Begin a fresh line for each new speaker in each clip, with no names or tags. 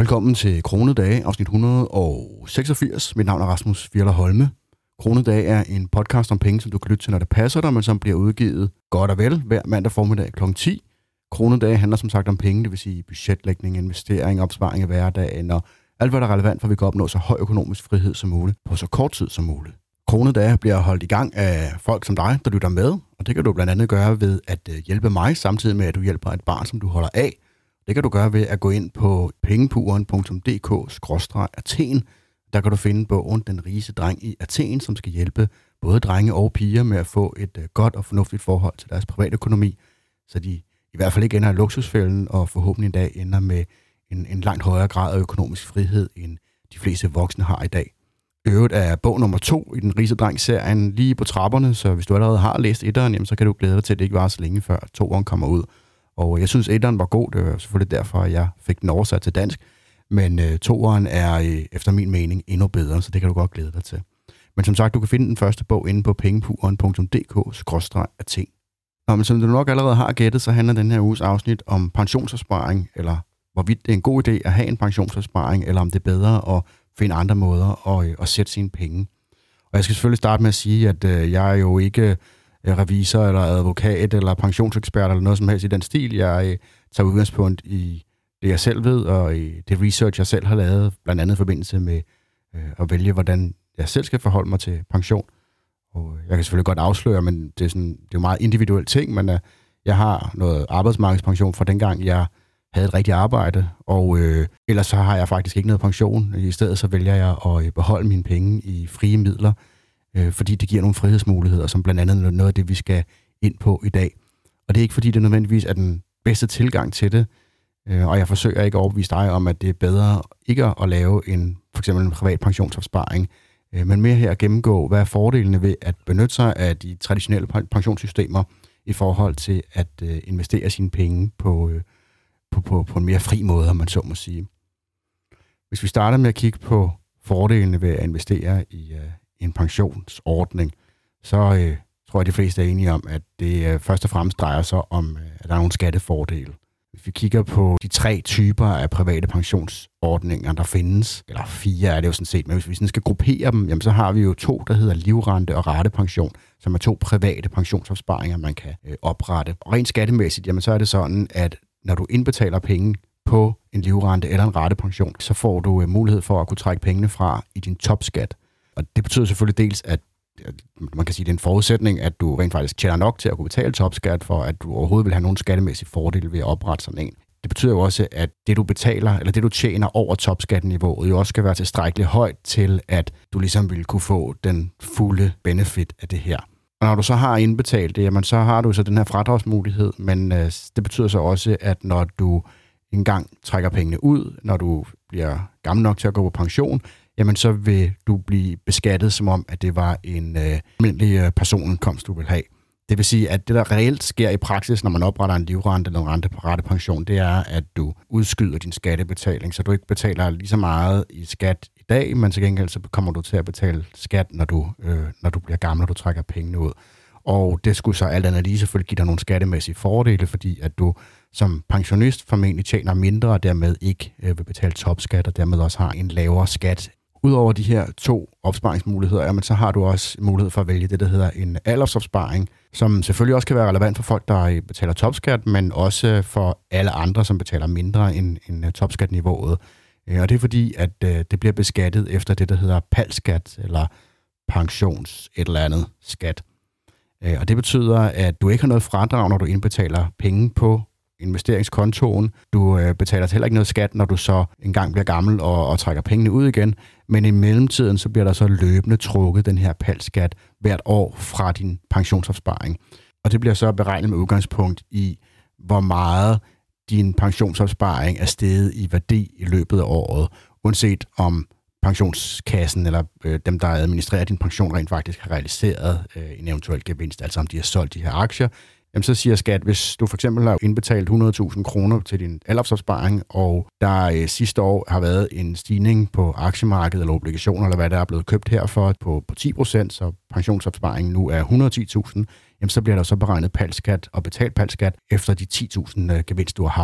Velkommen til Kronedage, afsnit 186. Mit navn er Rasmus Fjerler Holme. Kronedage er en podcast om penge, som du kan lytte til, når det passer dig, men som bliver udgivet godt og vel hver mandag formiddag kl. 10. Kronedage handler som sagt om penge, det vil sige budgetlægning, investering, opsparing i hverdagen og alt, hvad der er relevant, for at vi kan opnå så høj økonomisk frihed som muligt på så kort tid som muligt. Kronedage bliver holdt i gang af folk som dig, der lytter med, og det kan du blandt andet gøre ved at hjælpe mig, samtidig med at du hjælper et barn, som du holder af. Det kan du gøre ved at gå ind på pengepuren.dk/Athen. Der kan du finde bogen Den rigeste dreng i Athen, som skal hjælpe både drenge og piger med at få et godt og fornuftigt forhold til deres privatøkonomi, så de i hvert fald ikke ender i luksusfælden og forhåbentlig en dag ender med en langt højere grad af økonomisk frihed, end de fleste voksne har i dag. Øvrigt er bog nummer 2 i Den rigeste dreng-serien lige på trapperne, så hvis du allerede har læst 1'eren, så kan du glæde dig til, at det ikke var så længe før 2'eren kommer ud. Og jeg synes, 1'eren var god. Det var selvfølgelig derfor, at jeg fik den oversat til dansk. Men 2'eren er efter min mening endnu bedre, så det kan du godt glæde dig til. Men som sagt, du kan finde den første bog inde på pengepuren.dk/Athen. Men som du nok allerede har gættet, så handler den her uges afsnit om pensionsopsparing, eller hvorvidt det er en god idé at have en pensionsopsparing, eller om det er bedre at finde andre måder at sætte sine penge. Og jeg skal selvfølgelig starte med at sige, at jeg er jo ikke revisor eller advokat eller pensionsekspert eller noget som helst i den stil. Jeg tager udgangspunkt i det, jeg selv ved, og i det research, jeg selv har lavet, blandt andet i forbindelse med at vælge, hvordan jeg selv skal forholde mig til pension. Og jeg kan selvfølgelig godt afsløre, men det er jo meget individuelle ting, men jeg har noget arbejdsmarkedspension fra dengang, jeg havde et rigtigt arbejde, og ellers så har jeg faktisk ikke noget pension. I stedet så vælger jeg at beholde mine penge i frie midler, fordi det giver nogle frihedsmuligheder, som blandt andet noget af det, vi skal ind på i dag. Og det er ikke, fordi det nødvendigvis er den bedste tilgang til det, og jeg forsøger ikke at overbevise dig om, at det er bedre ikke at lave for eksempel en privat pensionsopsparing, men mere her at gennemgå, hvad er fordelene ved at benytte sig af de traditionelle pensionssystemer i forhold til at investere sine penge på en mere fri måde, om man så må sige. Hvis vi starter med at kigge på fordelene ved at investere i en pensionsordning, så tror jeg, de fleste er enige om, at det først og fremmest drejer sig om, at der er nogle skattefordele. Hvis vi kigger på de 3 typer af private pensionsordninger, der findes, eller 4 er det jo sådan set, men hvis vi sådan skal gruppere dem, jamen, så har vi jo 2, der hedder livrente og ratepension, som er 2 private pensionsopsparinger, man kan oprette. Og rent skattemæssigt, jamen, så er det sådan, at når du indbetaler penge på en livrente eller en ratepension, så får du mulighed for at kunne trække pengene fra i din topskat. Og det betyder selvfølgelig dels, at man kan sige, at det er en forudsætning, at du rent faktisk tjener nok til at kunne betale topskat, for at du overhovedet vil have nogen skattemæssige fordele ved at oprette sådan en. Det betyder jo også, at det du betaler, eller det du tjener over topskatniveauet, jo også skal være tilstrækkeligt højt til, at du ligesom vil kunne få den fulde benefit af det her. Og når du så har indbetalt det, jamen, så har du så den her fradragsmulighed, men det betyder så også, at når du engang trækker pengene ud, når du bliver gammel nok til at gå på pension, jamen så vil du blive beskattet, som om, at det var en almindelig personindkomst, du vil have. Det vil sige, at det, der reelt sker i praksis, når man opretter en livrente eller en ratepension, det er, at du udskyder din skattebetaling, så du ikke betaler lige så meget i skat i dag, men til gengæld så kommer du til at betale skat, når du bliver gammel, og du trækker pengene ud. Og det skulle så alt andet lige selvfølgelig give dig nogle skattemæssige fordele, fordi at du som pensionist formentlig tjener mindre, og dermed ikke vil betale topskat, og dermed også har en lavere skat. Udover de her 2 opsparingsmuligheder, jamen, så har du også mulighed for at vælge det, der hedder en aldersopsparing, som selvfølgelig også kan være relevant for folk, der betaler topskat, men også for alle andre, som betaler mindre end topskatniveauet. Og det er fordi, at det bliver beskattet efter det, der hedder PAL-skat, eller pensions et eller andet skat. Og det betyder, at du ikke har noget fradrag, når du indbetaler penge på investeringskontoen. Du betaler heller ikke noget skat, når du så engang bliver gammel og trækker pengene ud igen. Men i mellemtiden, så bliver der så løbende trukket den her PAL-skat hvert år fra din pensionsopsparing. Og det bliver så beregnet med udgangspunkt i, hvor meget din pensionsopsparing er steget i værdi i løbet af året, uanset om pensionskassen eller dem, der administrerer din pension, rent faktisk har realiseret en eventuel gevinst, altså om de har solgt de her aktier. Jamen, så siger skat, hvis du for eksempel har indbetalt 100.000 kroner til din aldersopsparing, og der sidste år har været en stigning på aktiemarkedet eller obligationer, eller hvad der er blevet købt herfor på 10%, så pensionsopsparingen nu er 110.000, jamen, så bliver der så beregnet PAL-skat og betalt PAL-skat efter de 10.000 gevinst, du har haft.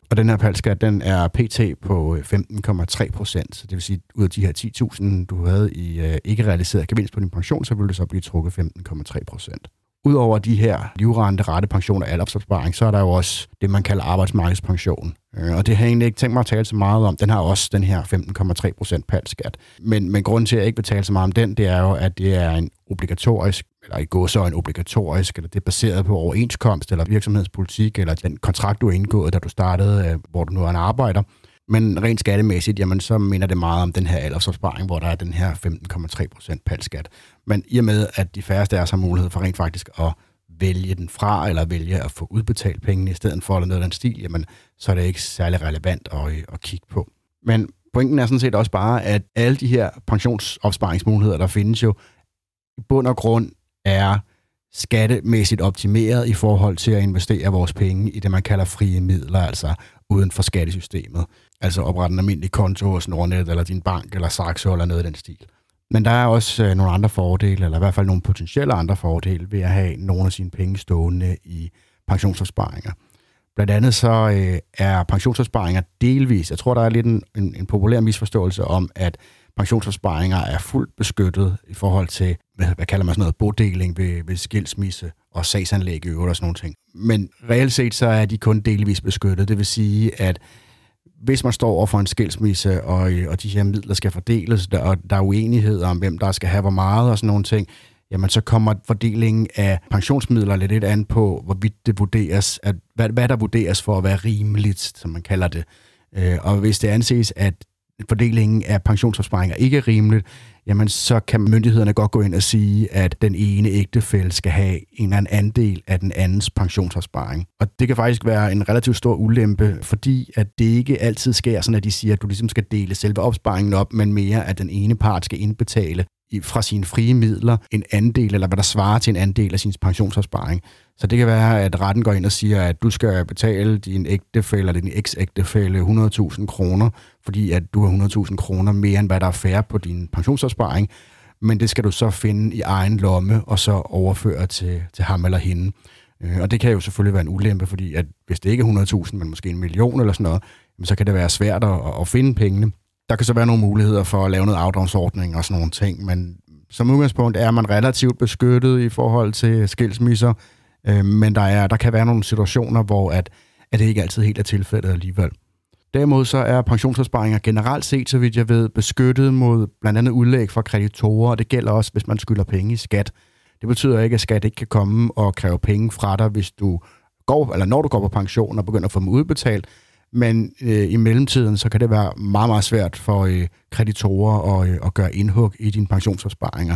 Og den her PAL-skat, den er pt. På 15,3%, så det vil sige, ud af de her 10.000, du havde i ikke realiseret gevinst på din pension, så vil det så blive trukket 15,3%. Udover de her livrente, pension og aldersopsparing, så er der jo også det, man kalder arbejdsmarkedspension. Og det har jeg egentlig ikke tænkt mig at tale så meget om. Den har også den her 15,3% PAL-skat. Men grunden til, at jeg ikke vil tale så meget om den, det er jo, at det er en obligatorisk, eller i gåseøjne obligatorisk, eller det er baseret på overenskomst, eller virksomhedspolitik, eller den kontrakt, du har indgået, da du startede, hvor du nu er en arbejder. Men rent skattemæssigt, jamen, så minder det meget om den her aldersopsparing, hvor der er den her 15,3% PAL-skat. Men i og med, at de færreste af os har mulighed for rent faktisk at vælge den fra, eller vælge at få udbetalt pengene i stedet for, eller noget af den stil, jamen, så er det ikke særlig relevant at kigge på. Men pointen er sådan set også bare, at alle de her pensionsopsparingsmuligheder, der findes jo, i bund og grund er skattemæssigt optimeret i forhold til at investere vores penge i det, man kalder frie midler, altså uden for skattesystemet. Altså oprette en almindelig konto hos Nordnet, eller din bank, eller Saxo, eller noget af den stil. Men der er også nogle andre fordele, eller i hvert fald nogle potentielle andre fordele, ved at have nogle af sine penge stående i pensionsopsparinger. Blandt andet så er pensionsopsparinger delvis, jeg tror, der er lidt en populær misforståelse om, at pensionsopsparinger er fuldt beskyttet i forhold til, hvad kalder man sådan noget, bodeling ved skilsmisse og sagsanlæg i øvrigt og sådan nogle ting. Men reelt set så er de kun delvis beskyttet. Det vil sige, at hvis man står over for en skilsmisse, og de her midler skal fordeles, og der er uenighed om, hvem der skal have hvor meget og sådan nogle ting, jamen så kommer fordelingen af pensionsmidler lidt an på, hvorvidt det vurderes, hvad der vurderes for at være rimeligt, som man kalder det. Og hvis det anses, at fordelingen af pensionsopsparinger ikke er rimeligt, jamen så kan myndighederne godt gå ind og sige, at den ene ægtefælle skal have en eller anden andel af den andens pensionsopsparing. Og det kan faktisk være en relativt stor ulempe, fordi at det ikke altid sker sådan, at de siger, at du ligesom skal dele selve opsparingen op, men mere at den ene part skal indbetale fra sine frie midler en andel, eller hvad der svarer til en andel af sin pensionsopsparing. Så det kan være, at retten går ind og siger, at du skal betale din ægtefælle eller din eks-ægtefælle 100.000 kroner, fordi at du har 100.000 kroner mere, end hvad der er fair på din pensionsopsparing, men det skal du så finde i egen lomme, og så overføre til ham eller hende. Og det kan jo selvfølgelig være en ulempe, fordi at hvis det ikke er 100.000, men måske 1 million eller sådan noget, så kan det være svært at finde pengene. Der kan så være nogle muligheder for at lave noget afdragsordning og sådan nogle ting, men som udgangspunkt er man relativt beskyttet i forhold til skilsmisser, men der kan være nogle situationer, hvor at det ikke altid helt er tilfældet alligevel. Derimod så er pensionsopsparinger generelt set, så vidt jeg ved, beskyttet mod blandt andet udlæg fra kreditorer, og det gælder også, hvis man skylder penge i skat. Det betyder ikke, at skat ikke kan komme og kræve penge fra dig, hvis du går, eller når du går på pension og begynder at få dem udbetalt, men i mellemtiden, så kan det være meget, meget svært for kreditorer at gøre indhug i dine pensionsopsparinger.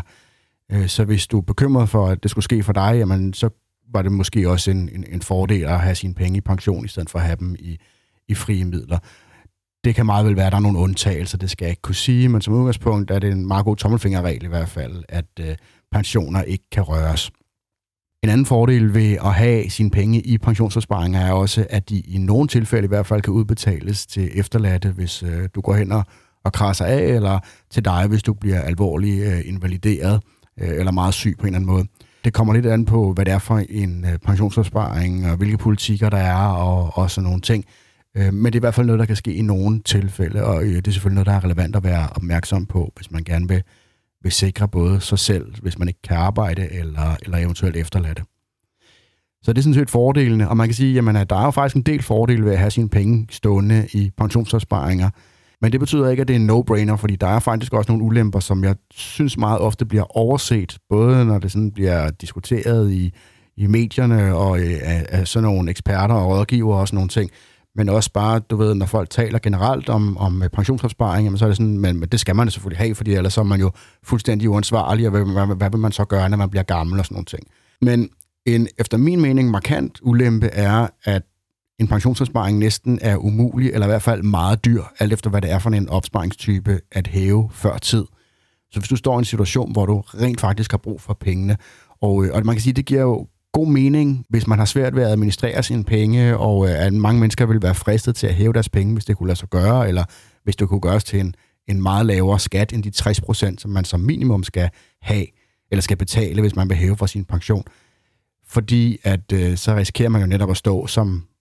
Så hvis du er bekymret for, at det skulle ske for dig, jamen, så var det måske også en fordel at have sine penge i pension, i stedet for at have dem i frie midler. Det kan meget vel være, at der er nogle undtagelser, det skal jeg ikke kunne sige, men som udgangspunkt er det en meget god tommelfingerregel i hvert fald, at pensioner ikke kan røres. En anden fordel ved at have sine penge i pensionsopsparinger er også, at de i nogle tilfælde i hvert fald kan udbetales til efterladte, hvis du går hen og krasser af, eller til dig, hvis du bliver alvorligt invalideret eller meget syg på en eller anden måde. Det kommer lidt an på, hvad det er for en pensionsopsparing, og hvilke politikker der er, og sådan nogle ting. Men det er i hvert fald noget, der kan ske i nogle tilfælde, og det er selvfølgelig noget, der er relevant at være opmærksom på, hvis man gerne vil sikre både sig selv, hvis man ikke kan arbejde, eller eventuelt efterladte. Så det er sådan set fordelene, og man kan sige, at der er jo faktisk en del fordele ved at have sine penge stående i pensionsopsparinger, men det betyder ikke, at det er en no-brainer, fordi der er faktisk også nogle ulemper, som jeg synes meget ofte bliver overset, både når det sådan bliver diskuteret i medierne og af sådan nogle eksperter og rådgivere og sådan nogle ting, men også bare, du ved, når folk taler generelt om pensionsopsparing, så er det sådan, men det skal man selvfølgelig have, fordi ellers så er man jo fuldstændig uansvarlig, og hvad vil man så gøre, når man bliver gammel og sådan nogle ting. Men en, efter min mening, markant ulempe er, at en pensionsopsparing næsten er umulig, eller i hvert fald meget dyr, alt efter hvad det er for en opsparingstype at hæve før tid. Så hvis du står i en situation, hvor du rent faktisk har brug for pengene, og man kan sige, det giver jo god mening, hvis man har svært ved at administrere sine penge, og at mange mennesker vil være fristet til at hæve deres penge, hvis det kunne lade sig gøre, eller hvis det kunne gøres til en meget lavere skat end de 60%, som man som minimum skal have, eller skal betale, hvis man vil hæve fra sin pension. Fordi at så risikerer man jo netop at stå som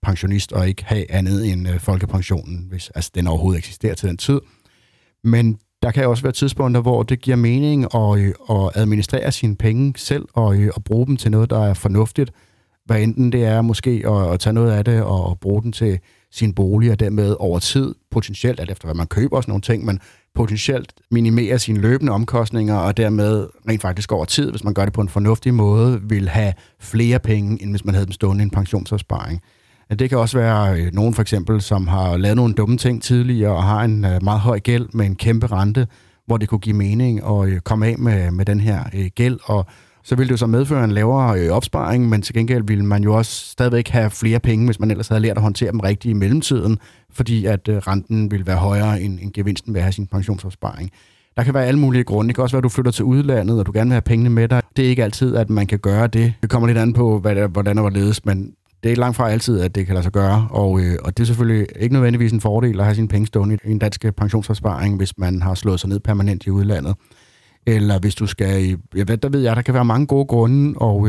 pensionist og ikke have andet end folkepensionen, hvis altså, den overhovedet eksisterer til den tid. Men der kan også være tidspunkter, hvor det giver mening at administrere sine penge selv og bruge dem til noget, der er fornuftigt. Hvad enten det er måske at tage noget af det og bruge den til sin bolig, og dermed over tid potentielt, alt efter hvad man køber og sådan nogle ting, men potentielt minimere sine løbende omkostninger, og dermed rent faktisk over tid, hvis man gør det på en fornuftig måde, vil have flere penge, end hvis man havde dem stående i en pensionsopsparing. Det kan også være nogen for eksempel, som har lavet nogle dumme ting tidligere og har en meget høj gæld med en kæmpe rente, hvor det kunne give mening at komme af med den her gæld, og så ville det jo så medføre en lavere opsparing, men til gengæld ville man jo også stadigvæk have flere penge, hvis man ellers havde lært at håndtere dem rigtigt i mellemtiden, fordi at renten ville være højere end gevinsten ved at have sin pensionsopsparing. Der kan være alle mulige grunde. Det kan også være, at du flytter til udlandet, og du gerne vil have pengene med dig. Det er ikke altid, at man kan gøre det. Det kommer lidt an på, hvordan og hvorledes, men det er langt fra altid, at det kan lade sig gøre, og det er selvfølgelig ikke nødvendigvis en fordel at have sine penge stående i en dansk pensionsopsparing, hvis man har slået sig ned permanent i udlandet. Eller hvis du skal, der kan være mange gode grunde, og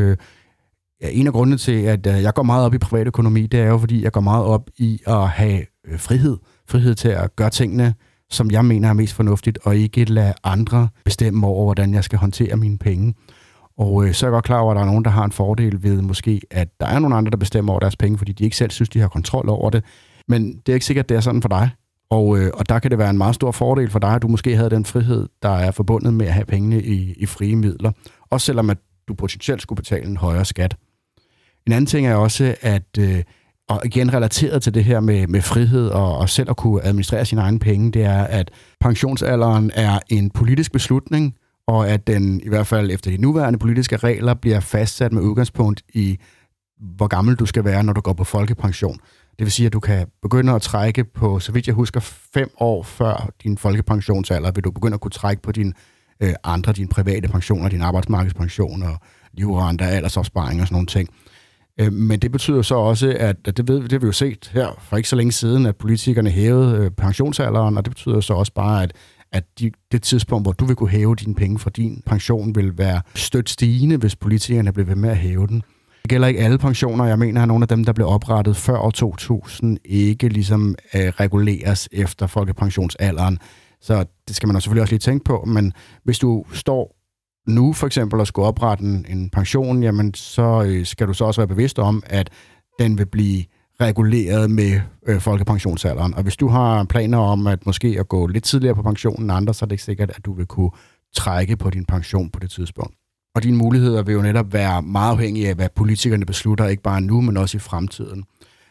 en af grundene til, at jeg går meget op i privatøkonomi, det er jo, fordi jeg går meget op i at have frihed. Frihed til at gøre tingene, som jeg mener er mest fornuftigt, og ikke lade andre bestemme over, hvordan jeg skal håndtere mine penge. Og så er jeg godt klar over, at der er nogen, der har en fordel ved måske, at der er nogle andre, der bestemmer over deres penge, fordi de ikke selv synes, de har kontrol over det. Men det er ikke sikkert, at det er sådan for dig. Og der kan det være en meget stor fordel for dig, at du måske havde den frihed, der er forbundet med at have pengene i frie midler. Også selvom at du potentielt skulle betale en højere skat. En anden ting er også, at og igen relateret til det her med frihed og selv at kunne administrere sine egne penge, det er, at pensionsalderen er en politisk beslutning, og at den i hvert fald efter de nuværende politiske regler bliver fastsat med udgangspunkt i, hvor gammel du skal være, når du går på folkepension. Det vil sige, at du kan begynde at trække på, så vidt jeg husker, 5 år før din folkepensionsalder, vil du begynde at kunne trække på dine private pensioner, din arbejdsmarkedspension og livrenter, aldersopsparing og sådan nogle ting. Men det betyder så også, at det har vi jo set her for ikke så længe siden, at politikerne hævede pensionsalderen, og det betyder så også bare, at det tidspunkt, hvor du vil kunne hæve dine penge fra din pension, vil være stødt stigende, hvis politikerne bliver ved med at hæve den. Det gælder ikke alle pensioner. Jeg mener, at nogle af dem, der blev oprettet før år 2000, ikke ligesom reguleres efter folkepensionsalderen. Så det skal man selvfølgelig også lige tænke på. Men hvis du står nu for eksempel og skulle oprette en pension, jamen så skal du så også være bevidst om, at den vil blive reguleret med folkepensionsalderen. Og hvis du har planer om at måske at gå lidt tidligere på pensionen end andre, så er det ikke sikkert, at du vil kunne trække på din pension på det tidspunkt. Og dine muligheder vil jo netop være meget afhængige af, hvad politikerne beslutter, ikke bare nu, men også i fremtiden.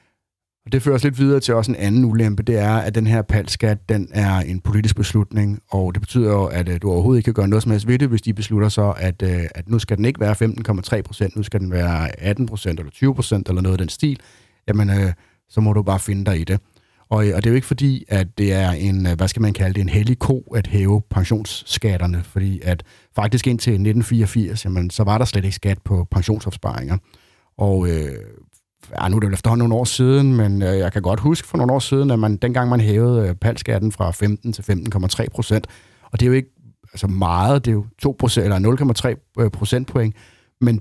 Og det fører os lidt videre til også en anden ulempe, det er, at den her PAL-skat, den er en politisk beslutning, og det betyder jo, at du overhovedet ikke kan gøre noget som helst ved det, hvis de beslutter så, at nu skal den ikke være 15,3%, nu skal den være 18% eller 20% eller noget af den stil, jamen så må du bare finde dig i det. Og det er jo ikke fordi, at det er en hellig ko at hæve pensionsskatterne, fordi at faktisk indtil 1984, jamen, så var der slet ikke skat på pensionsopsparinger. Og nu er det jo efterhånden nogle år siden, men jeg kan godt huske for nogle år siden, at dengang man hævede PAL-skatten fra 15 til 15,3%, og det er jo ikke meget, det er jo 2% eller 0,3 procentpoint, men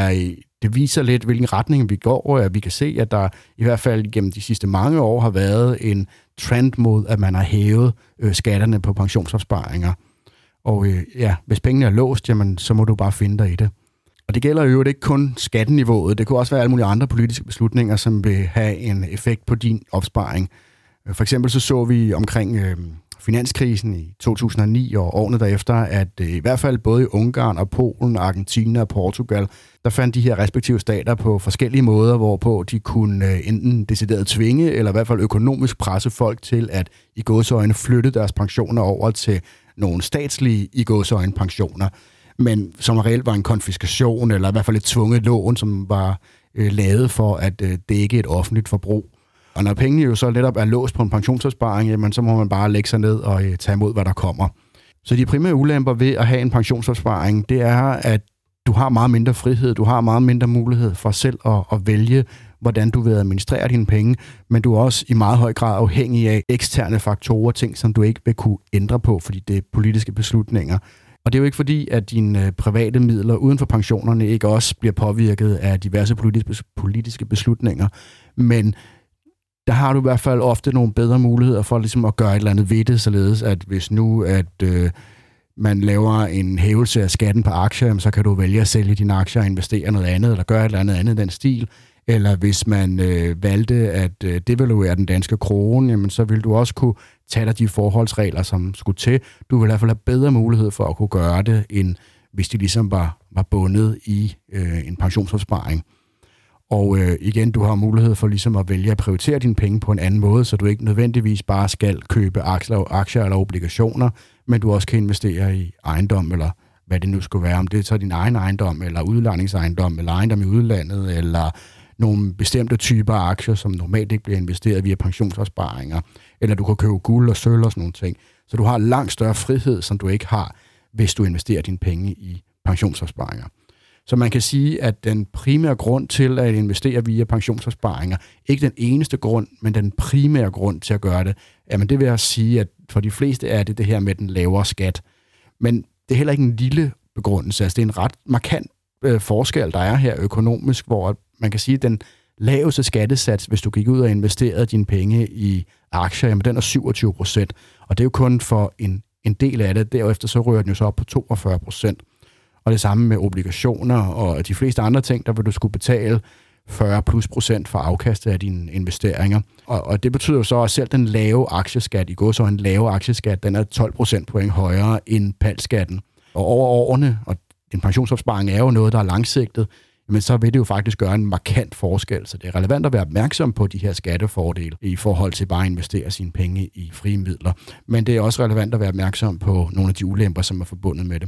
det viser lidt, hvilken retning vi går, og vi kan se, at der i hvert fald gennem de sidste mange år har været en trend mod, at man har hævet skatterne på pensionsopsparinger. Og hvis pengene er låst, jamen, så må du bare finde dig i det. Og det gælder jo ikke kun skatteniveauet, det kunne også være alle mulige andre politiske beslutninger, som vil have en effekt på din opsparing. For eksempel så vi omkring finanskrisen i 2009 og årene derefter, at i hvert fald både i Ungarn og Polen, Argentina og Portugal, der fandt de her respektive stater på forskellige måder, hvorpå de kunne enten decideret tvinge, eller i hvert fald økonomisk presse folk til at i gåseøjne flytte deres pensioner over til nogle statslige i gåseøjne pensioner, men som reelt var en konfiskation, eller i hvert fald et tvunget lån, som var lavet for at dække et offentligt forbrug. Og når pengene jo så netop er låst på en pensionsopsparing, jamen, så må man bare lægge sig ned og tage imod, hvad der kommer. Så de primære ulemper ved at have en pensionsopsparing, det er, at du har meget mindre frihed, du har meget mindre mulighed for selv at vælge, hvordan du vil administrere dine penge, men du er også i meget høj grad afhængig af eksterne faktorer, ting, som du ikke vil kunne ændre på, fordi det er politiske beslutninger. Og det er jo ikke fordi, at dine private midler uden for pensionerne ikke også bliver påvirket af diverse politiske beslutninger, men der har du i hvert fald ofte nogle bedre muligheder for ligesom at gøre et eller andet ved det, således at hvis nu man laver en hævelse af skatten på aktier, så kan du vælge at sælge dine aktier og investere noget andet, eller gøre et eller andet i den stil. Eller hvis man valgte at devaluere den danske krone, jamen, så vil du også kunne tage dig de forholdsregler, som skulle til. Du vil i hvert fald have bedre mulighed for at kunne gøre det, end hvis de ligesom var bundet i en pensionsopsparing. Og igen, du har mulighed for ligesom at vælge at prioritere dine penge på en anden måde, så du ikke nødvendigvis bare skal købe aktier eller obligationer, men du også kan investere i ejendom, eller hvad det nu skulle være, om det er så din egen ejendom, eller udlejningsejendom, eller ejendom i udlandet, eller nogle bestemte typer af aktier, som normalt ikke bliver investeret via pensionsopsparinger, eller du kan købe guld og sølv og sådan nogle ting. Så du har langt større frihed, som du ikke har, hvis du investerer dine penge i pensionsopsparinger. Så man kan sige, at den primære grund til at investere via pensionsopsparinger, ikke den eneste grund, men den primære grund til at gøre det, jamen det vil jeg sige, at for de fleste er det her med den lavere skat. Men det er heller ikke en lille begrundelse. Altså det er en ret markant forskel, der er her økonomisk, hvor man kan sige, at den laveste skattesats, hvis du gik ud og investerede dine penge i aktier, jamen den er 27%. Og det er jo kun for en del af det. Derefter så rører den jo så op på 42%. Og det samme med obligationer og de fleste andre ting, der vil du skulle betale 40+% for afkastet af dine investeringer. Og det betyder jo så, at selv den lave aktieskat, i går så en lave aktieskat, den er 12% point højere end PAL-skatten. Og over årene, og en pensionsopsparing er jo noget, der er langsigtet, men så vil det jo faktisk gøre en markant forskel. Så det er relevant at være opmærksom på de her skattefordele i forhold til bare at investere sine penge i frie midler. Men det er også relevant at være opmærksom på nogle af de ulemper, som er forbundet med det.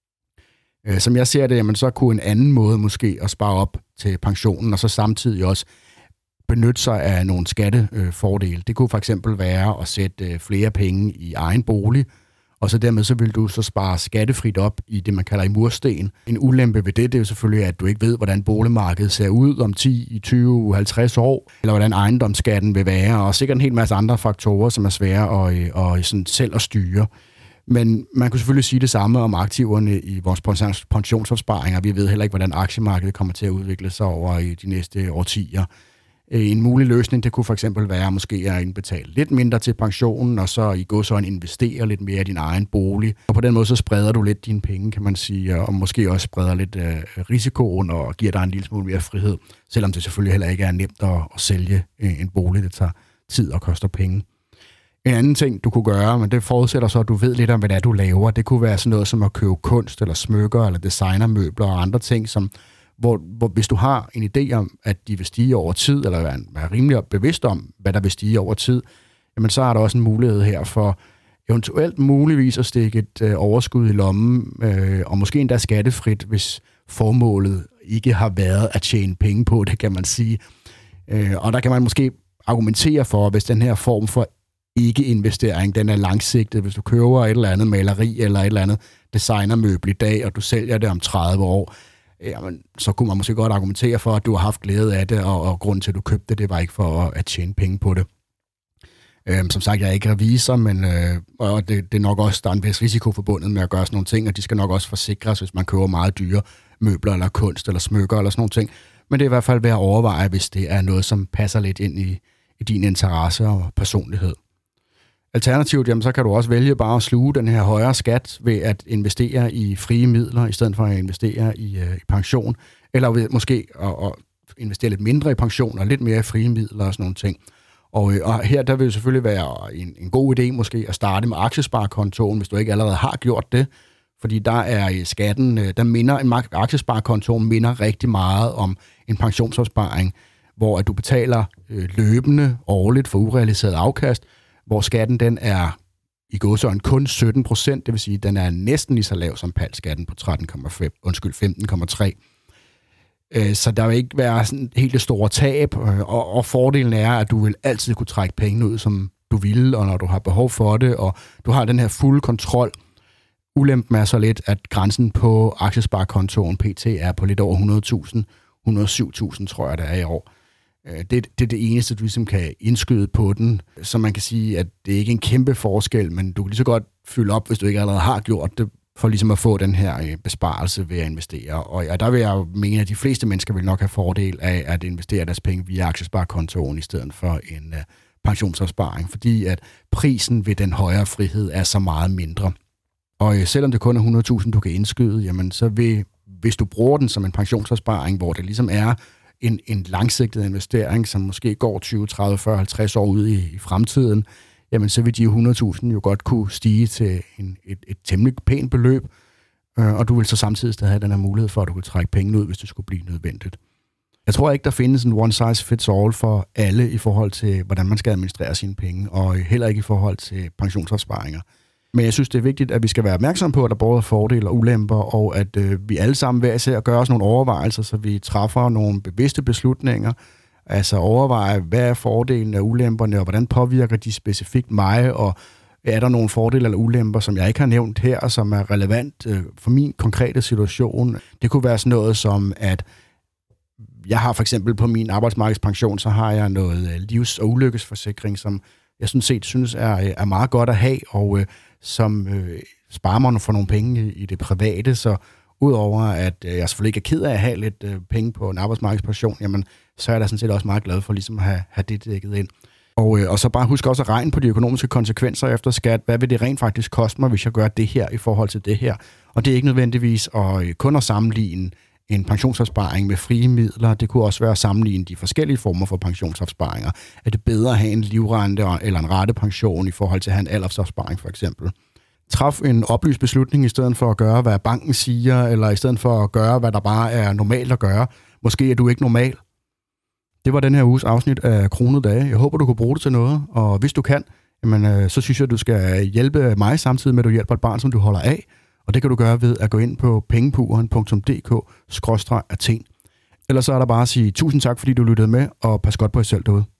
Som jeg ser det, jamen, så kunne en anden måde måske at spare op til pensionen, og så samtidig også benytte sig af nogle skattefordele. Det kunne for eksempel være at sætte flere penge i egen bolig, og så dermed så vil du så spare skattefrit op i det, man kalder i mursten. En ulempe ved det er jo selvfølgelig, at du ikke ved, hvordan boligmarkedet ser ud om 10, 20, 50 år, eller hvordan ejendomsskatten vil være, og sikkert en hel masse andre faktorer, som er svære at sådan selv at styre. Men man kunne selvfølgelig sige det samme om aktiverne i vores pensionsopsparinger. Vi ved heller ikke, hvordan aktiemarkedet kommer til at udvikle sig over i de næste årtier. En mulig løsning, det kunne for eksempel være måske at indbetale lidt mindre til pensionen, og så i godsøjne investere lidt mere i din egen bolig. Og på den måde så spreder du lidt dine penge, kan man sige, og måske også spreder lidt risikoen og giver dig en lille smule mere frihed, selvom det selvfølgelig heller ikke er nemt at sælge en bolig, det tager tid og koster penge. En anden ting, du kunne gøre, men det forudsætter så, at du ved lidt om, hvad det er, du laver. Det kunne være sådan noget som at købe kunst, eller smykker, eller designermøbler og andre ting, som, hvor hvis du har en idé om, at de vil stige over tid, eller være rimelig bevidst om, hvad der vil stige over tid, jamen så er der også en mulighed her for eventuelt muligvis at stikke et overskud i lommen, og måske endda skattefrit, hvis formålet ikke har været at tjene penge på det, kan man sige. Og der kan man måske argumentere for, hvis den her form for ikke-investering, den er langsigtet. Hvis du køber et eller andet maleri eller et eller andet designermøbel i dag, og du sælger det om 30 år, jamen, så kunne man måske godt argumentere for, at du har haft glæde af det, og grunden til, at du købte det var ikke for at tjene penge på det. Som sagt, jeg er ikke revisor, men og det er nok også, der er en vis risiko forbundet med at gøre sådan nogle ting, og de skal nok også forsikres, hvis man køber meget dyre møbler, eller kunst, eller smykker, eller sådan nogle ting. Men det er i hvert fald værd at overveje, hvis det er noget, som passer lidt ind i din interesse og personlighed. Alternativt, jamen, så kan du også vælge bare at sluge den her højere skat ved at investere i frie midler, i stedet for at investere i pension, eller ved måske at investere lidt mindre i pension og lidt mere i frie midler og sådan nogle ting. Og her der vil det selvfølgelig være en god idé måske at starte med aktiesparekontoen, hvis du ikke allerede har gjort det, fordi der er skatten, en aktiesparekonto minder rigtig meget om en pensionsopsparing, hvor at du betaler løbende årligt for urealiseret afkast, hvor skatten den er i gåseøjne kun 17%, det vil sige, at den er næsten lige så lav som PAL-skatten på 15,3. Så der vil ikke være sådan helt det store tab, og fordelen er, at du vil altid kunne trække pengene ud, som du vil, og når du har behov for det, og du har den her fulde kontrol. Ulempen er så lidt, at grænsen på aktiesparekontoen PT er på lidt over 100.000, 107.000 tror jeg, der er i år. Det er det eneste, du ligesom kan indskyde på den, så man kan sige, at det ikke er en kæmpe forskel, men du kan lige så godt fylde op, hvis du ikke allerede har gjort det, for ligesom at få den her besparelse ved at investere. Og der vil jeg jo mene, at de fleste mennesker vil nok have fordel af at investere deres penge via aktiesparekontoen i stedet for en pensionsopsparing, fordi at prisen ved den højere frihed er så meget mindre. Og selvom det kun er 100.000, du kan indskyde, jamen så vil, hvis du bruger den som en pensionsopsparing, hvor det ligesom er en langsigtet investering, som måske går 20, 30, 40, 50 år ud i fremtiden, jamen så vil de 100.000 jo godt kunne stige til et temmelig pænt beløb, og du vil så samtidig stadig have den her mulighed for, at du kan trække penge ud, hvis det skulle blive nødvendigt. Jeg tror ikke, der findes en one size fits all for alle i forhold til, hvordan man skal administrere sine penge, og heller ikke i forhold til pensionsopsparinger. Men jeg synes, det er vigtigt, at vi skal være opmærksomme på, at der både er fordele og ulemper, og at vi alle sammen hver især gør os nogle overvejelser, så vi træffer nogle bevidste beslutninger. Altså overveje, hvad er fordelen af ulemperne, og hvordan påvirker de specifikt mig, og er der nogle fordele eller ulemper, som jeg ikke har nævnt her, som er relevant for min konkrete situation. Det kunne være sådan noget som, at jeg har for eksempel på min arbejdsmarkedspension, så har jeg noget livs- og ulykkesforsikring, som jeg synes er meget godt at have, og som sparer mig for nogle penge i det private, så udover at jeg selvfølgelig ikke er ked af at have lidt penge på en arbejdsmarkedspension, jamen, så er jeg da sådan set også meget glad for ligesom at have det dækket ind. Og så bare husk også at regne på de økonomiske konsekvenser efter skat. Hvad vil det rent faktisk koste mig, hvis jeg gør det her i forhold til det her? Og det er ikke nødvendigvis kun at sammenligne en pensionsopsparing med frie midler. Det kunne også være at sammenligne de forskellige former for pensionsopsparinger. Er det bedre at have en livrente eller en ratepension i forhold til at have en aldersopsparing for eksempel? Træf en oplyst beslutning i stedet for at gøre, hvad banken siger, eller i stedet for at gøre, hvad der bare er normalt at gøre. Måske er du ikke normal. Det var den her uges afsnit af Kronede Dage. Jeg håber, du kan bruge det til noget, og hvis du kan, jamen, så synes jeg, at du skal hjælpe mig samtidig med, at du hjælper et barn, som du holder af. Og det kan du gøre ved at gå ind på pengepuren.dk/Athen. Ellers så er der bare at sige tusind tak, fordi du lyttede med, og pas godt på jer selv derude.